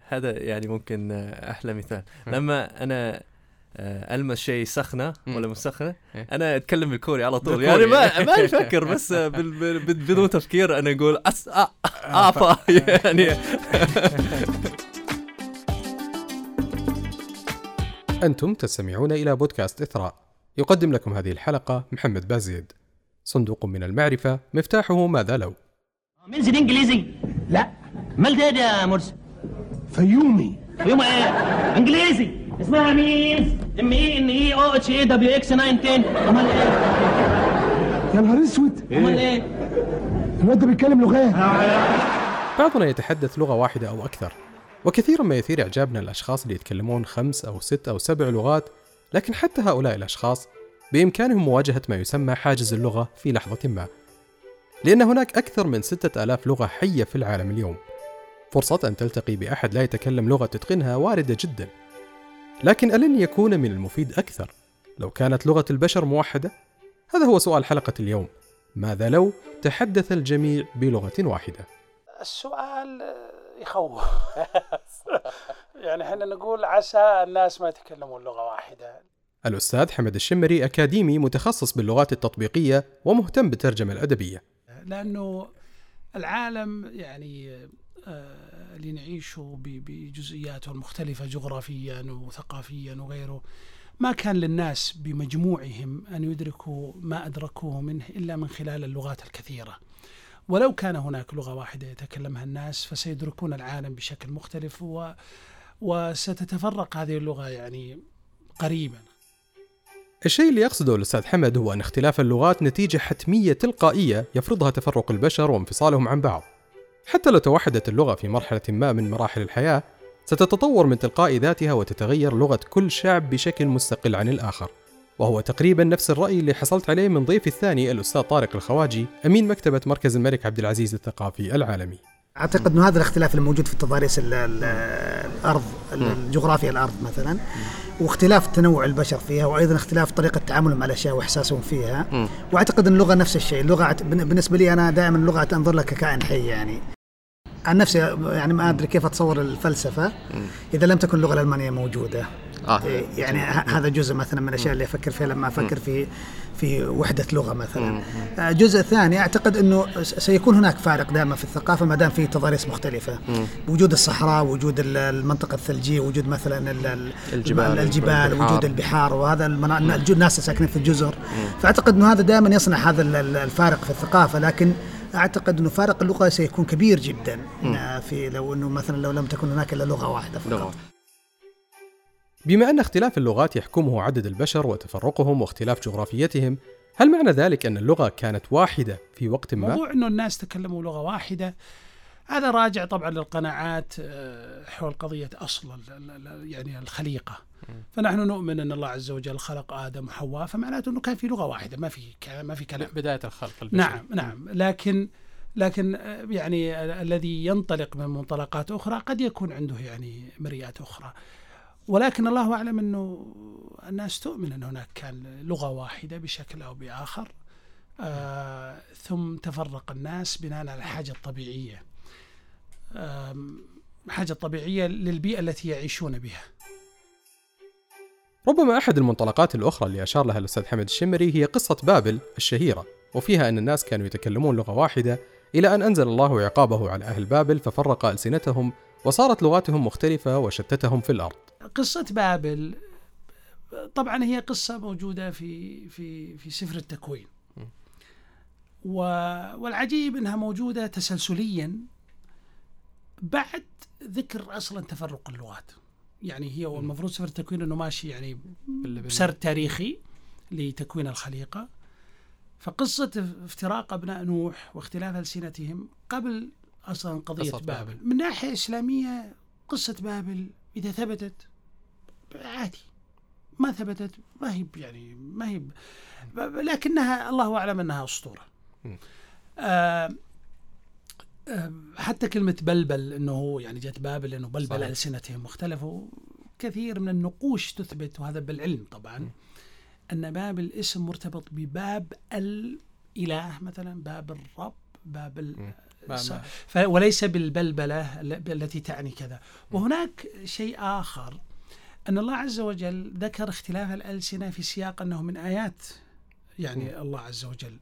هذا يعني ممكن أحلى مثال. لما أنا ألمس شيء سخنة ولا مسخنة أنا أتكلم بالكوري على طول، يعني ما أفكر، بس بدون تفكير أنا أقول أعفى يعني. أنتم تستمعون إلى بودكاست إثراء، يقدم لكم هذه الحلقة محمد بازيد. صندوق من المعرفة مفتاحه ماذا لو. منزل إنجليزي؟ لا. مال ده يا مرسي؟ فيومي ايه انجليزي اسمها مينز MENEOHAWX 910. امال ايه يا نهار اسود؟ امال ايه الواد ده بيتكلم لغات. بعضنا يتحدث لغة واحدة أو أكثر، وكثيرا ما يثير إعجابنا الأشخاص اللي يتكلمون 5 أو 6 أو 7 لغات، لكن حتى هؤلاء الأشخاص بإمكانهم مواجهة ما يسمى حاجز اللغة في لحظة ما، لأن هناك أكثر من 6000 لغة حية في العالم اليوم. فرصة أن تلتقي بأحد لا يتكلم لغة تتقنها واردة جدا، لكن ألن يكون من المفيد أكثر لو كانت لغة البشر موحدة؟ هذا هو سؤال حلقة اليوم. ماذا لو تحدث الجميع بلغة واحدة؟ السؤال يخوف. يعني احنا نقول عسى الناس ما يتكلمون لغة واحدة. الأستاذ حمد الشمري أكاديمي متخصص باللغات التطبيقية ومهتم بالترجمة الأدبية. لأنه العالم يعني اللي نعيشه بجزئياته المختلفة جغرافيا وثقافيا وغيره، ما كان للناس بمجموعهم أن يدركوا ما أدركوه منه إلا من خلال اللغات الكثيرة. ولو كان هناك لغة واحدة يتكلمها الناس فسيدركون العالم بشكل مختلف وستتفرق هذه اللغة يعني قريبا. الشيء اللي يقصده الأستاذ حمد هو أن اختلاف اللغات نتيجة حتمية تلقائية يفرضها تفرق البشر وانفصالهم عن بعض. حتى لو توحدت اللغة في مرحلة ما من مراحل الحياة، ستتطور من تلقاء ذاتها وتتغير لغة كل شعب بشكل مستقل عن الآخر. وهو تقريبا نفس الرأي اللي حصلت عليه من ضيفي الثاني الأستاذ طارق الخواجي، أمين مكتبة مركز الملك عبد العزيز الثقافي العالمي. أعتقد أن هذا الاختلاف الموجود في تضاريس الأرض، الجغرافيا الأرض مثلا، واختلاف تنوع البشر فيها، وأيضا اختلاف طريقة تعاملهم مع الأشياء وإحساسهم فيها. وأعتقد أن اللغة نفس الشيء. اللغة بالنسبة لي أنا دائما اللغة أنظر لها ككائن حي. يعني عن نفسي يعني ما أدري كيف أتصور الفلسفة إذا لم تكن اللغة الألمانية موجودة. يعني هذا جزء مثلا من الأشياء اللي أفكر فيها لما أفكر في وحدة لغة مثلا. جزء ثاني أعتقد أنه سيكون هناك فارق دائما في الثقافة ما دام في تضاريس مختلفة. وجود الصحراء، وجود المنطقة الثلجية، وجود مثلا الجبال وجود البحار، وهذا الناس ساكنين في الجزر. فأعتقد أنه هذا دائما يصنع هذا الفارق في الثقافة. لكن أعتقد أنه فارق اللغة سيكون كبير جدا في لو أنه مثلا لو لم تكن هناك إلا لغة واحدة فقط. بما أن اختلاف اللغات يحكمه عدد البشر وتفرقهم واختلاف جغرافيتهم، هل معنى ذلك أن اللغة كانت واحدة في وقت ما؟ موضوع أنه الناس تكلموا لغة واحدة هذا راجع طبعا للقناعات حول قضية أصل يعني الخليقة. فنحن نؤمن أن الله عز وجل خلق آدم وحواء، فمعناته أنه كان في لغة واحدة، ما في كلام بداية الخلق البشري. نعم. لكن يعني الذي ينطلق من منطلقات أخرى قد يكون عنده يعني مريات أخرى. ولكن الله أعلم أنه الناس تؤمن أن هناك كان لغة واحدة بشكل أو بآخر، ثم تفرق الناس بناء على الحاجة الطبيعية، حاجة طبيعية للبيئة التي يعيشون بها. ربما أحد المنطلقات الأخرى اللي أشار لها الأستاذ حمد الشمري هي قصة بابل الشهيرة، وفيها أن الناس كانوا يتكلمون لغة واحدة إلى أن أنزل الله عقابه على أهل بابل ففرق ألسنتهم وصارت لغاتهم مختلفة وشتتهم في الأرض. قصة بابل طبعا هي قصة موجودة في سفر التكوين، والعجيب أنها موجودة تسلسليا بعد ذكر أصلا تفرق اللغات. يعني هي والمفروض سفر التكوين أنه ماشي يعني بسرد تاريخي لتكوين الخليقة، فقصة افتراق أبناء نوح واختلاف ألسنتهم قبل أصلا قضية بابل. من ناحية إسلامية قصة بابل إذا ثبتت عادي، ما ثبتت ما هي لكنها الله أعلم أنها أسطورة. حتى كلمة بلبل إنه يعني جت بابل إنه بلبل ألسنتهم مختلفة. كثير من النقوش تثبت، وهذا بالعلم طبعا، أن بابل اسم مرتبط بباب الإله، مثلا باب الرب، باب وليس بالبلبلة التي تعني كذا. وهناك شيء آخر، أن الله عز وجل ذكر اختلاف الألسنة في سياق أنه من آيات يعني الله عز وجل.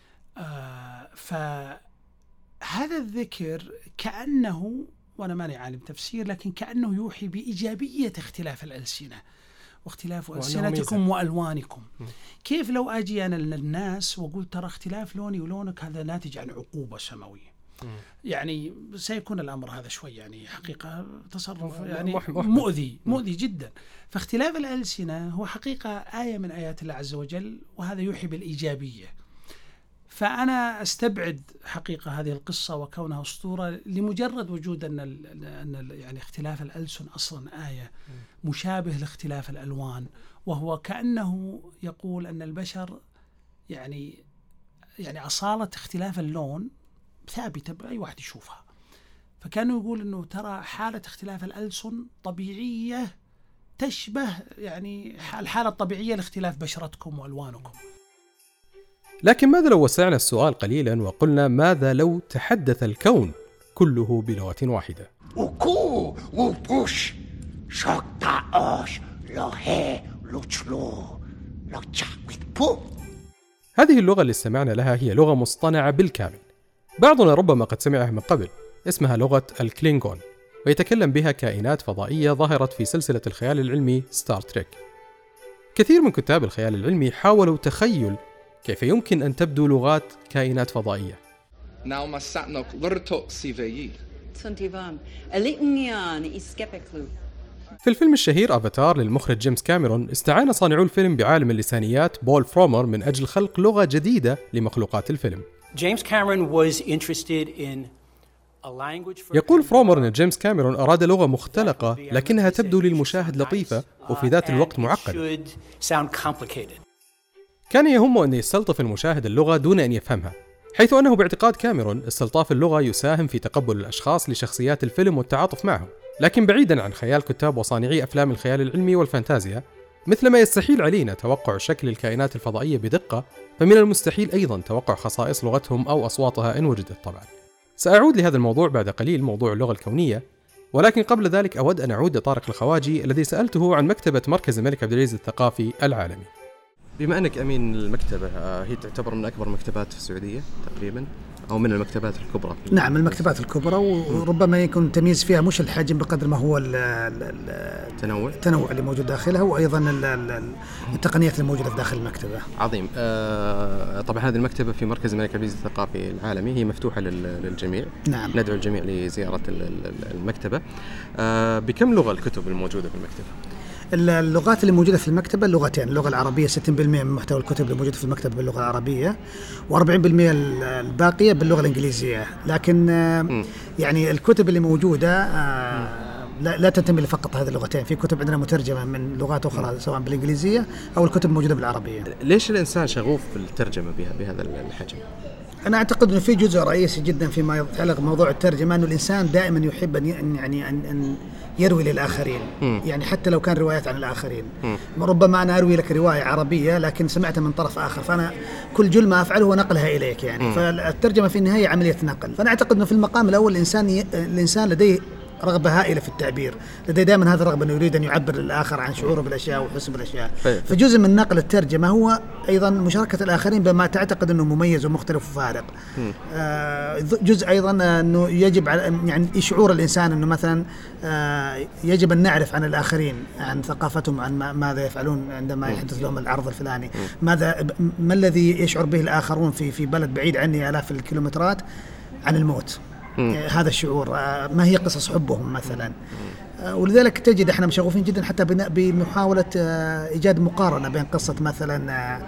فهذا الذكر كأنه، وأنا ماني عالم تفسير، لكن كأنه يوحي بإيجابية اختلاف الألسنة واختلاف ألسنتكم وألوانكم. كيف لو أجي أنا للناس وأقول ترى اختلاف لوني ولونك هذا ناتج عن عقوبة سماوية، يعني سيكون الأمر هذا شوي يعني حقيقة تصرف يعني مؤذي جدا. فاختلاف الألسنة هو حقيقة آية من آيات الله عز وجل، وهذا يوحي بالإيجابية. فأنا أستبعد حقيقة هذه القصة وكونها أسطورة لمجرد وجود أن يعني اختلاف الألسن أصلا آية مشابه لاختلاف الألوان، وهو كأنه يقول أن البشر يعني أصالة اختلاف اللون ثابتة بأي واحد يشوفها. فكانوا يقول أنه ترى حالة اختلاف الألسن طبيعية تشبه يعني الحالة الطبيعية لاختلاف بشرتكم وألوانكم. لكن ماذا لو وسعنا السؤال قليلا وقلنا ماذا لو تحدث الكون كله بلغة واحدة؟ هذه اللغة اللي استمعنا لها هي لغة مصطنعة بالكامل، بعضنا ربما قد سمعها من قبل، اسمها لغة الكلينغون، ويتكلم بها كائنات فضائية ظهرت في سلسلة الخيال العلمي ستار تريك. كثير من كتاب الخيال العلمي حاولوا تخيل كيف يمكن أن تبدو لغات كائنات فضائية. في الفيلم الشهير أفاتار للمخرج جيمس كاميرون استعان صانعو الفيلم بعالم اللسانيات بول فرومر من أجل خلق لغة جديدة لمخلوقات الفيلم. يقول فرومر أن جيمس كاميرون أراد لغة مختلقة لكنها تبدو للمشاهد لطيفة وفي ذات الوقت معقدة. كان يهمه أن يستلطف المشاهد اللغة دون أن يفهمها، حيث أنه باعتقاد كاميرون استلطاف اللغة يساهم في تقبل الأشخاص لشخصيات الفيلم والتعاطف معهم. لكن بعيداً عن خيال كتاب وصانعي أفلام الخيال العلمي والفانتازيا، مثلما يستحيل علينا توقع شكل الكائنات الفضائية بدقة، فمن المستحيل أيضاً توقع خصائص لغتهم أو أصواتها إن وجدت طبعاً. سأعود لهذا الموضوع بعد قليل، موضوع اللغة الكونية، ولكن قبل ذلك أود أن أعود لطارق الخواجي الذي سألته عن مكتبة مركز الملك عبد العزيز الثقافي العالمي. بما أنك أمين المكتبة، هي تعتبر من أكبر المكتبات في السعودية تقريباً، أو من المكتبات الكبرى؟ نعم، المكتبات الكبرى، وربما يكون تمييز فيها مش الحجم بقدر ما هو التنوع اللي موجود داخلها، وأيضا التقنيات اللي موجودة في داخل المكتبة. عظيم. طبعا هذه المكتبة في مركز الملك عبد العزيز الثقافي العالمي، هي مفتوحة للجميع. نعم. ندعو الجميع لزيارة المكتبة. بكم لغة الكتب الموجودة في المكتبة؟ اللغات اللي موجودة في المكتبة اللغتين، اللغة العربية 60% من محتوى الكتب اللي موجودة في المكتبة باللغة العربية، و40% الباقية باللغة الإنجليزية. لكن يعني الكتب اللي موجودة لا تنتمي فقط هذه اللغتين، في كتب عندنا مترجمة من لغات أخرى سواء بالإنجليزية أو الكتب موجودة بالعربية. ليش الإنسان شغوف بالترجمة بهذا الحجم؟ أنا أعتقد أنه في جزء رئيسي جدا فيما يتعلق بموضوع الترجمة، أنه الإنسان دائما يحب أن يروي للآخرين. يعني حتى لو كان روايات عن الآخرين. ربما أنا أروي لك رواية عربية لكن سمعتها من طرف آخر، فأنا كل جل ما أفعله هو نقلها إليك يعني. فالترجمة في النهاية عملية نقل. فأنا أعتقد أنه في المقام الأول الإنسان لديه رغبة هائلة في التعبير، لديه دائما هذا الرغبة أنه يريد أن يعبر للآخر عن شعوره بالأشياء وحسه بالأشياء. فجزء من نقل الترجمة هو أيضا مشاركة الآخرين بما تعتقد أنه مميز ومختلف وفارق. جزء أيضا أنه يجب يعني شعور الإنسان أنه مثلا يجب أن نعرف عن الآخرين، عن ثقافتهم، عن ماذا يفعلون عندما يحدث لهم العرض الفلاني، ما الذي يشعر به الآخرون في بلد بعيد عني آلاف الكيلومترات عن الموت. هذا الشعور، ما هي قصص حبهم مثلا. ولذلك تجد احنا مشغوفين جدا حتى بمحاولة إيجاد مقارنة بين قصة مثلا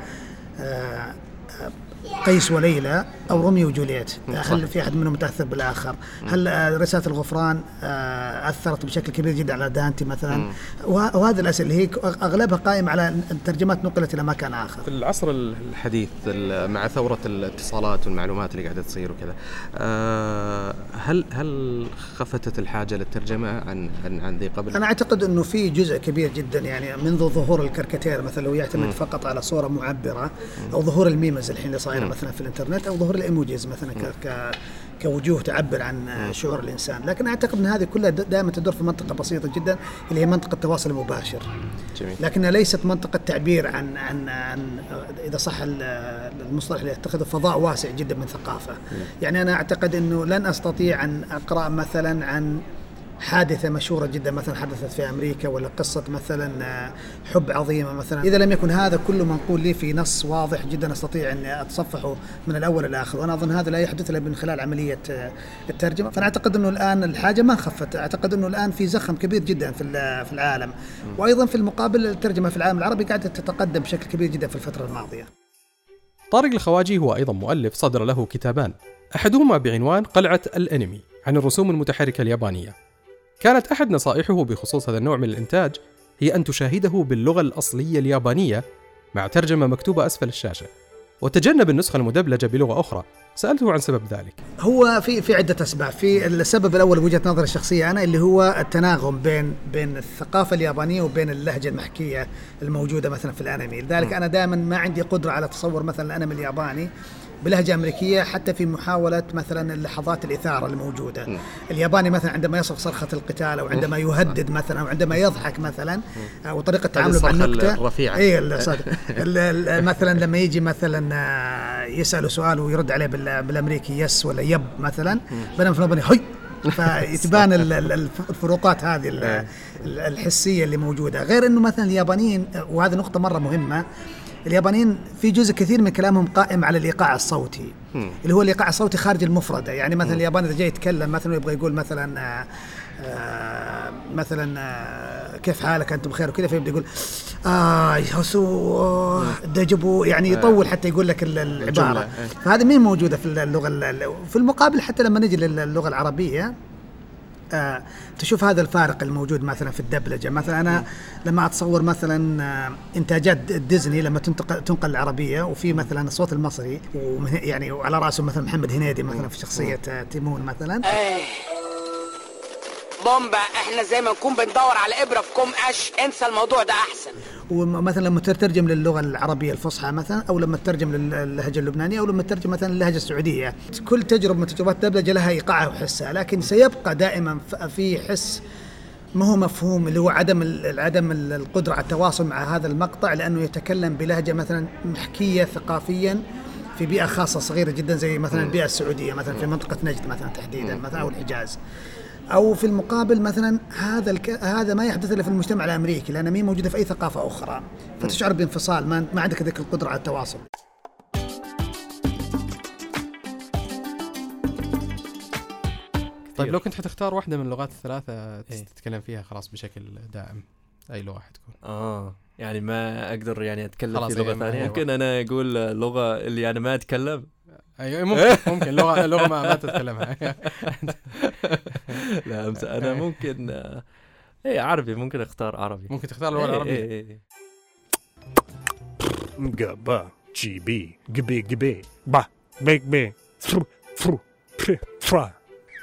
قيس وليلى أو روميو وجولييت، هل في أحد منهم متأثر بالآخر؟ هل رسالة الغفران أثرت بشكل كبير جدا على دانتي مثلا؟ وهذه الأسئلة هي أغلبها قائمة على الترجمات نقلت إلى مكان آخر. في العصر الحديث مع ثورة الاتصالات والمعلومات اللي قاعدة تصير وكذا، هل خفتت الحاجة للترجمة عن ذي قبل؟ أنا أعتقد أنه في جزء كبير جدا يعني منذ ظهور الكاريكاتير مثلا، لو يعتمد فقط على صورة معبرة، أو ظهور الميمز الحين اللي صايرة مثلا في الانترنت، او ظهور الايموجيز مثلا كوجوه تعبر عن شعور الإنسان. لكن أعتقد أن هذه كلها دائما تدور في منطقة بسيطة جدا اللي هي منطقة التواصل المباشر. جميل. لكنها ليست منطقة تعبير عن إذا صح المصطلح اللي يتخذه فضاء واسع جدا من ثقافة. يعني أنا أعتقد أنه لن أستطيع أن أقرأ مثلا عن حادثة مشهورة جدا مثلا حدثت في أمريكا، ولا قصة مثلا حب عظيمة مثلا، إذا لم يكن هذا كله منقول لي في نص واضح جدا أستطيع أن أتصفحه من الأول إلى الآخر. وأنا أظن هذا لا يحدث إلا من خلال عملية الترجمة. فأنا أعتقد أنه الآن الحاجة ما خفت، أعتقد أنه الآن في زخم كبير جدا في العالم، وأيضا في المقابل الترجمة في العالم العربي قاعدة تتقدم بشكل كبير جدا في الفترة الماضية. طارق الخواجي هو أيضا مؤلف صدر له كتابان، أحدهما بعنوان قلعة الأنمي عن الرسوم المتحركة اليابانية. كانت أحد نصائحه بخصوص هذا النوع من الإنتاج هي أن تشاهده باللغة الأصلية اليابانية مع ترجمة مكتوبة أسفل الشاشة، وتجنب النسخة المدبلجة بلغة أخرى. سألته عن سبب ذلك. هو في عدة أسباب. في السبب الأول بوجهة نظري الشخصية أنا اللي هو التناغم بين الثقافة اليابانية وبين اللهجة المحكية الموجودة مثلا في الأنمي. لذلك أنا دائما ما عندي قدرة على تصور مثلا الأنمي الياباني بلهجة أمريكية، حتى في محاولة مثلا اللحظات الإثارة الموجودة. الياباني مثلا عندما يصرخ صرخة القتال، أو عندما يهدد مثلا، أو عندما يضحك مثلا، أو طريقة تعامله مع النكتة مثلا لما يجي مثلا يسأله سؤال ويرد عليه بالأمريكي يس ولا يب مثلا، بينما في الياباني هاي. فيتبان الفروقات هذه الحسية اللي موجودة. غير أنه مثلا اليابانيين، وهذه نقطة مرة مهمة، اليابانيين في جزء كثير من كلامهم قائم على الإيقاع الصوتي، اللي هو الإيقاع الصوتي خارج المفردة. يعني مثلا الياباني إذا جاي يتكلم مثلا ويبغى يقول مثلا كيف حالك أنت بخير وكذا، فيبدأ يقول يحسو دجبو، يعني يطول حتى يقول لك العبارة. فهذه مين موجودة في اللغة. في المقابل حتى لما نجي للغة العربية تشوف هذا الفارق الموجود مثلا في الدبلجة. مثلا أنا لما أتصور مثلا إنتاجات ديزني لما تنقل العربية، وفي مثلا الصوت المصري، يعني وعلى رأسه مثلا محمد هنيدي مثلا في شخصية تيمون مثلا. بومبا، احنا زي ما نكون بندور على إبرة في كوم قش، انسى الموضوع ده أحسن. ومثلا لما تترجم للغة العربية الفصحى مثلا، أو لما تترجم للهجة اللبنانية، أو لما تترجم مثلا للهجة السعودية، كل تجربة من تجربات الدبلجة لها إيقاعها وحسها، لكن سيبقى دائما في حس ما هو مفهوم، اللي هو عدم القدرة على التواصل مع هذا المقطع، لأنه يتكلم بلهجة مثلا محكية ثقافيا في بيئة خاصة صغيرة جدا، زي مثلا البيئة السعودية مثلا في منطقة نجد مثلا تحديدا مثلا، أو الحجاز. أو في المقابل مثلا هذا ما يحدث إلا في المجتمع الأمريكي، لأنه مين موجودة في أي ثقافة أخرى، فتشعر بانفصال، ما عندك ذيك القدرة على التواصل. طيب لو كنت حتختار واحدة من اللغات الثلاثة تتكلم فيها خلاص بشكل دائم، أي لغة حتكون؟ يعني ما أقدر يعني أتكلم في لغة ثانية. ممكن أنا أقول لغة اللي أنا ما أتكلم. أيوة ممكن لغة ما تتكلمها. لا أنا ممكن عربي. ممكن أختار عربي. ممكن تختار اللغة العربية. مقابا جيبي جبي با بيك بي فرو فرا.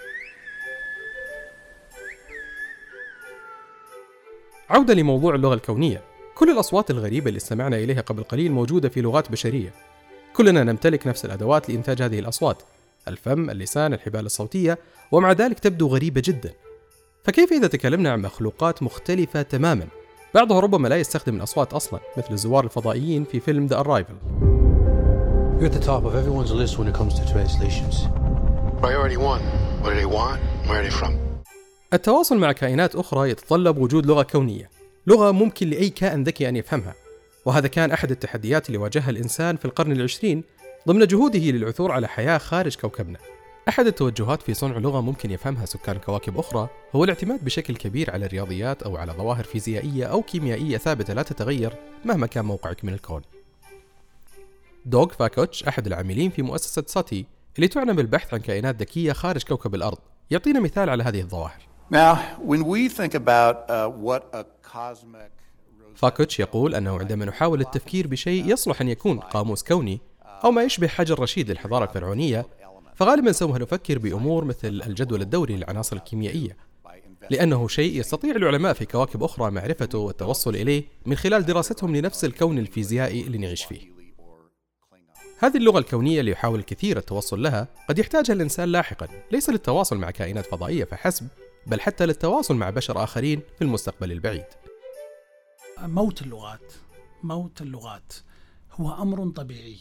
عودة لموضوع اللغة الكونية. كل الأصوات الغريبة اللي استمعنا إليها قبل قليل موجودة في لغات بشرية. كلنا نمتلك نفس الأدوات لإنتاج هذه الأصوات، الفم، اللسان، الحبال الصوتية، ومع ذلك تبدو غريبة جدا. فكيف إذا تكلمنا عن مخلوقات مختلفة تماما، بعضها ربما لا يستخدم الأصوات أصلا، مثل الزوار الفضائيين في فيلم The Arrival. You're at the top of everyone's list when it comes to translations. Priority 1. What do they want? Where are they from? التواصل مع كائنات أخرى يتطلب وجود لغة كونية، لغة ممكن لأي كائن ذكي أن يفهمها. وهذا كان أحد التحديات اللي واجهها الإنسان في القرن العشرين ضمن جهوده للعثور على حياة خارج كوكبنا. أحد التوجهات في صنع لغة ممكن يفهمها سكان كواكب أخرى هو الاعتماد بشكل كبير على الرياضيات أو على ظواهر فيزيائية أو كيميائية ثابتة لا تتغير مهما كان موقعك من الكون. دوغ فاكوتش أحد العاملين في مؤسسة ساتي اللي تعنى بالبحث عن كائنات ذكية خارج كوكب الأرض يعطينا مثال على هذه الظواهر. فاكوتش يقول أنه عندما نحاول التفكير بشيء يصلح أن يكون قاموس كوني أو ما يشبه حجر رشيد للحضارة الفرعونية، فغالبا سوف نفكر بأمور مثل الجدول الدوري للعناصر الكيميائية، لأنه شيء يستطيع العلماء في كواكب أخرى معرفته والتوصل إليه من خلال دراستهم لنفس الكون الفيزيائي اللي نعيش فيه. هذه اللغة الكونية اللي يحاول الكثير التوصل لها قد يحتاجها الإنسان لاحقا، ليس للتواصل مع كائنات فضائية فحسب، بل حتى للتواصل مع بشر آخرين في المستقبل البعيد. موت اللغات هو أمر طبيعي،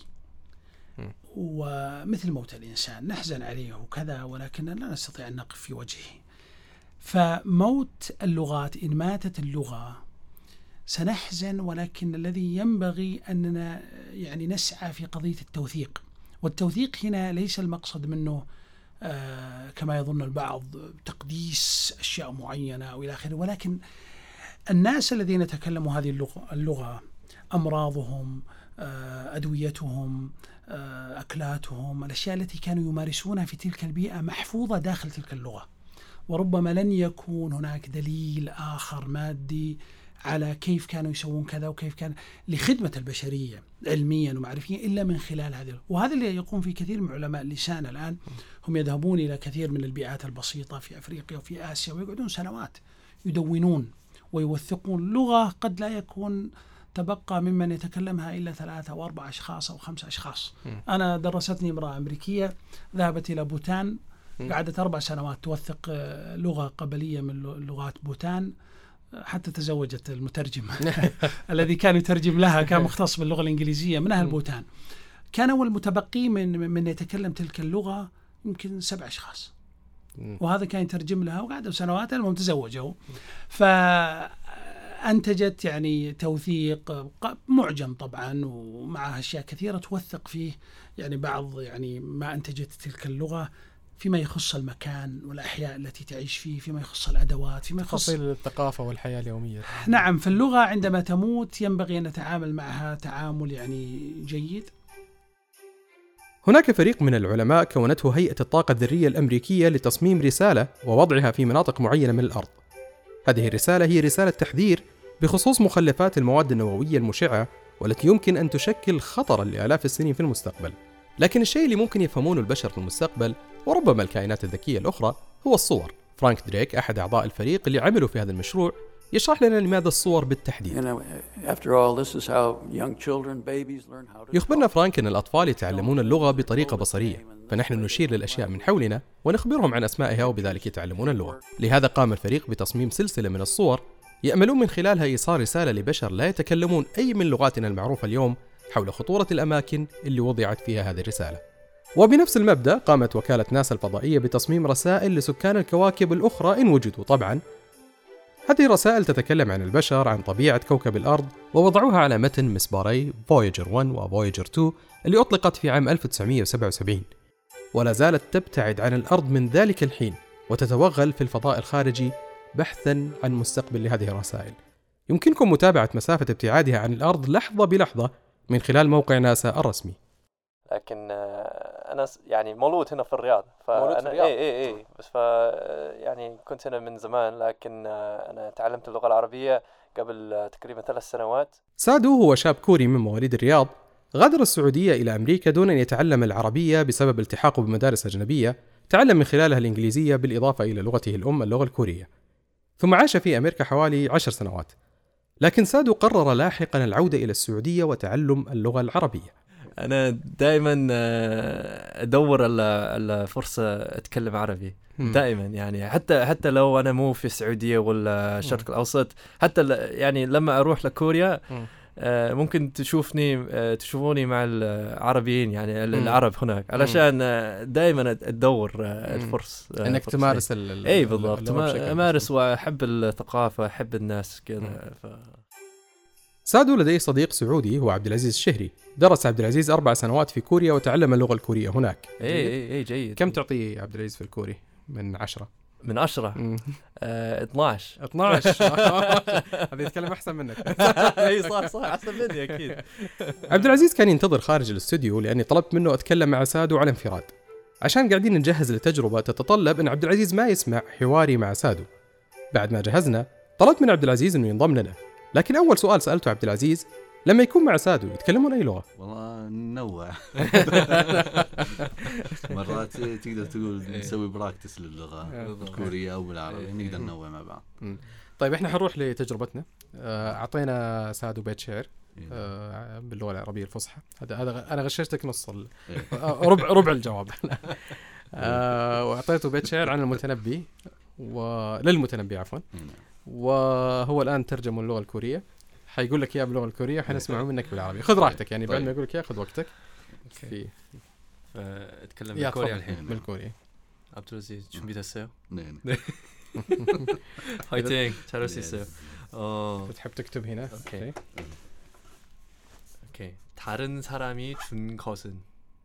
ومثل موت الإنسان نحزن عليه وكذا، ولكننا لا نستطيع أن نقف في وجهه. فموت اللغات، إن ماتت اللغة سنحزن، ولكن الذي ينبغي أننا يعني نسعى في قضية التوثيق. والتوثيق هنا ليس المقصد منه كما يظن البعض تقديس أشياء معينة أو إلى آخره، ولكن الناس الذين تكلموا هذه اللغة أمراضهم، أدويتهم، أكلاتهم، الأشياء التي كانوا يمارسونها في تلك البيئة محفوظة داخل تلك اللغة، وربما لن يكون هناك دليل آخر مادي على كيف كانوا يسوون كذا وكيف كان لخدمة البشرية علميا ومعرفيا إلا من خلال هذه. وهذا اللي يقوم في كثير من علماء اللسان الآن، هم يذهبون إلى كثير من البيئات البسيطة في أفريقيا وفي آسيا ويقعدون سنوات يدونون ويوثقون لغة قد لا يكون تبقى ممن يتكلمها إلا 3 أو 4 أشخاص أو 5 أشخاص. أنا درستني امرأة أمريكية ذهبت إلى بوتان، قعدت 4 سنوات توثق لغة قبلية من لغات بوتان، حتى تزوجت المترجم الذي كان يترجم لها، كان مختص باللغة الإنجليزية من أهل بوتان. كان أول متبقي من يتكلم تلك اللغة يمكن 7 أشخاص، وهذا كان يترجم لها وقعدوا سنوات، المهم تزوجوا. فأنتجت يعني توثيق معجم طبعا، ومعها أشياء كثيرة توثق فيه يعني بعض يعني ما أنتجت تلك اللغة فيما يخص المكان والأحياء التي تعيش فيه، فيما يخص الأدوات، فيما يخص تفاصيل الثقافة والحياة اليومية. نعم، فاللغة عندما تموت ينبغي أن نتعامل معها تعامل يعني جيد. هناك فريق من العلماء كونته هيئة الطاقة الذرية الأمريكية لتصميم رسالة ووضعها في مناطق معينة من الأرض. هذه الرسالة هي رسالة تحذير بخصوص مخلفات المواد النووية المشعة والتي يمكن أن تشكل خطرا لآلاف السنين في المستقبل. لكن الشيء اللي ممكن يفهمونه البشر في المستقبل وربما الكائنات الذكية الأخرى هو الصور. فرانك دريك أحد أعضاء الفريق اللي عملوا في هذا المشروع يشرح لنا لماذا الصور بالتحديد. يخبرنا فرانك أن الأطفال يتعلمون اللغة بطريقة بصرية، فنحن نشير للأشياء من حولنا ونخبرهم عن أسمائها وبذلك يتعلمون اللغة. لهذا قام الفريق بتصميم سلسلة من الصور يأملون من خلالها إيصال رسالة لبشر لا يتكلمون أي من لغاتنا المعروفة اليوم حول خطورة الأماكن اللي وضعت فيها هذه الرسالة. وبنفس المبدأ قامت وكالة ناسا الفضائية بتصميم رسائل لسكان الكواكب الأخرى إن وجدوا طبعا. هذه الرسائل تتكلم عن البشر، عن طبيعة كوكب الأرض، ووضعوها على متن مسباري فويجر 1 وفويجر 2 اللي أطلقت في عام 1977، ولا زالت تبتعد عن الأرض من ذلك الحين وتتوغل في الفضاء الخارجي بحثا عن مستقبل لهذه الرسائل. يمكنكم متابعة مسافة ابتعادها عن الأرض لحظة بلحظة من خلال موقع ناسا الرسمي. لكن أنا يعني مولود هنا في الرياض، فأنا إيه بس يعني كنت هنا من زمان، لكن أنا تعلمت اللغة العربية قبل تقريبا 3 سنوات. سادو هو شاب كوري من مواليد الرياض، غادر السعودية إلى أمريكا دون أن يتعلم العربية بسبب التحاقه بمدارس أجنبية، تعلم من خلالها الإنجليزية بالإضافة إلى لغته الأم اللغة الكورية، ثم عاش في أمريكا حوالي 10 سنوات. لكن سادو قرر لاحقا العودة إلى السعودية وتعلم اللغة العربية. أنا دائما أدور على فرصة أتكلم عربي دائما، يعني حتى لو أنا مو في السعودية ولا الشرق الأوسط، حتى يعني لما أروح لكوريا ممكن تشوفوني مع العربيين، يعني العرب هناك، علشان دائما أدور الفرصة إنك تمارس أي بالضبط، أمارس وأحب الثقافة، أحب الناس كذا. سادو لديه صديق سعودي هو عبد العزيز الشهري. درس عبد العزيز 4 سنوات في كوريا وتعلم اللغة الكورية هناك. اي جيد. كم تعطي عبد العزيز في الكوري من 10؟ من 10 12. هذا يتكلم أحسن منك. اي صح أحسن مني أكيد. عبد العزيز كان ينتظر خارج الاستوديو لأني طلبت منه أتكلم مع سادو على انفراد، عشان قاعدين نجهز لتجربة تتطلب أن عبد العزيز ما يسمع حواري مع سادو. بعد ما جهزنا طلبت من عبد العزيز أنه ينضم لنا، لكن أول سؤال سألته عبد العزيز: لما يكون مع سادو يتكلمون أي لغة؟ والله ننوع. مرات تقدر تقول نسوي براكتس للغة الكورية أو بالعربي، نقدر ننوع مع بعض. طيب احنا حنروح لتجربتنا. اعطينا سادو بيت شعر باللغه العربيه الفصحى. هذا انا غششتك نص ربع الجواب. واعطيته بيت شعر عن المتنبي للمتنبي عفوا، وهو الان ترجمه اللغه الكوريه. حيقول لك اياه باللغه الكوريه وحنسمعه منك بالعربي. خذ راحتك يعني بعد ما يقول لك اياه خذ وقتك. اتكلم بالكوري الحين. بالكوري. عبد العزيز 준비됐어요? 네. 화이팅. 잘할 수 있어요. تحب تكتب هنا. 오케이. 다른 사람이 준 것은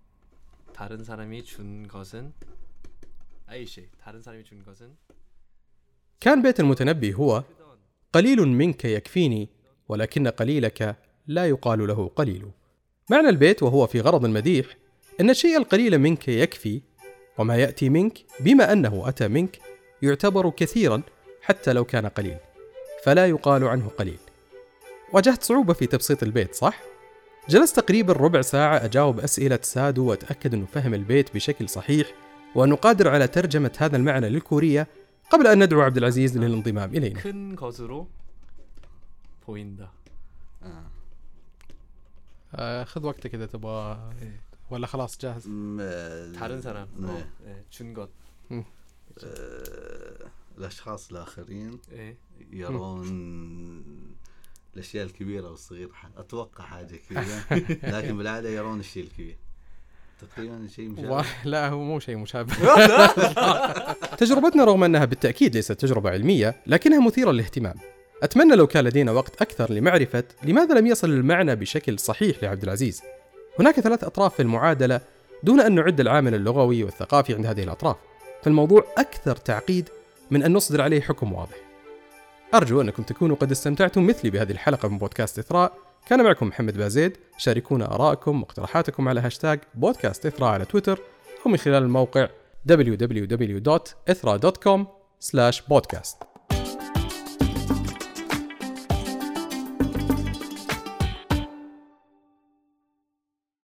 أي شيء. 다른 사람이 준 것은 كان بيت المتنبي هو: قليل منك يكفيني ولكن قليلك لا يقال له قليل. معنى البيت وهو في غرض المديح أن الشيء القليل منك يكفي، وما يأتي منك بما أنه أتى منك يعتبر كثيرا حتى لو كان قليل، فلا يقال عنه قليل. واجهت صعوبة في تبسيط البيت صح؟ جلست تقريبا ربع ساعة أجاوب أسئلة سادو وأتأكد أنه فهم البيت بشكل صحيح وأنه قادر على ترجمة هذا المعنى للكورية قبل أن ندعو عبد العزيز للانضمام إلينا. 큰 것으로 보인다. خذ وقتك إذا تبغى ولا خلاص جاهز. 다른 사람 준 것. الأشخاص الآخرين يرون الأشياء الكبيرة والصغيرة. أتوقع حاجة كذا، لكن بالعادة يرون الشيء الكبير. تقريبا شيء مشابه. لا هو مو شيء مشابه. تجربتنا رغم أنها بالتأكيد ليست تجربة علمية لكنها مثيرة للاهتمام. أتمنى لو كان لدينا وقت أكثر لمعرفة لماذا لم يصل المعنى بشكل صحيح لعبد العزيز. هناك 3 أطراف في المعادلة دون أن نعد العامل اللغوي والثقافي عند هذه الأطراف، فالموضوع أكثر تعقيد من أن نصدر عليه حكم واضح. أرجو أنكم تكونوا قد استمتعتم مثلي بهذه الحلقة من بودكاست إثراء. كان معكم محمد بازيد. شاركونا آراءكم واقتراحاتكم على هاشتاج بودكاست إثراء على تويتر أو من خلال الموقع www.ithra.com/podcast.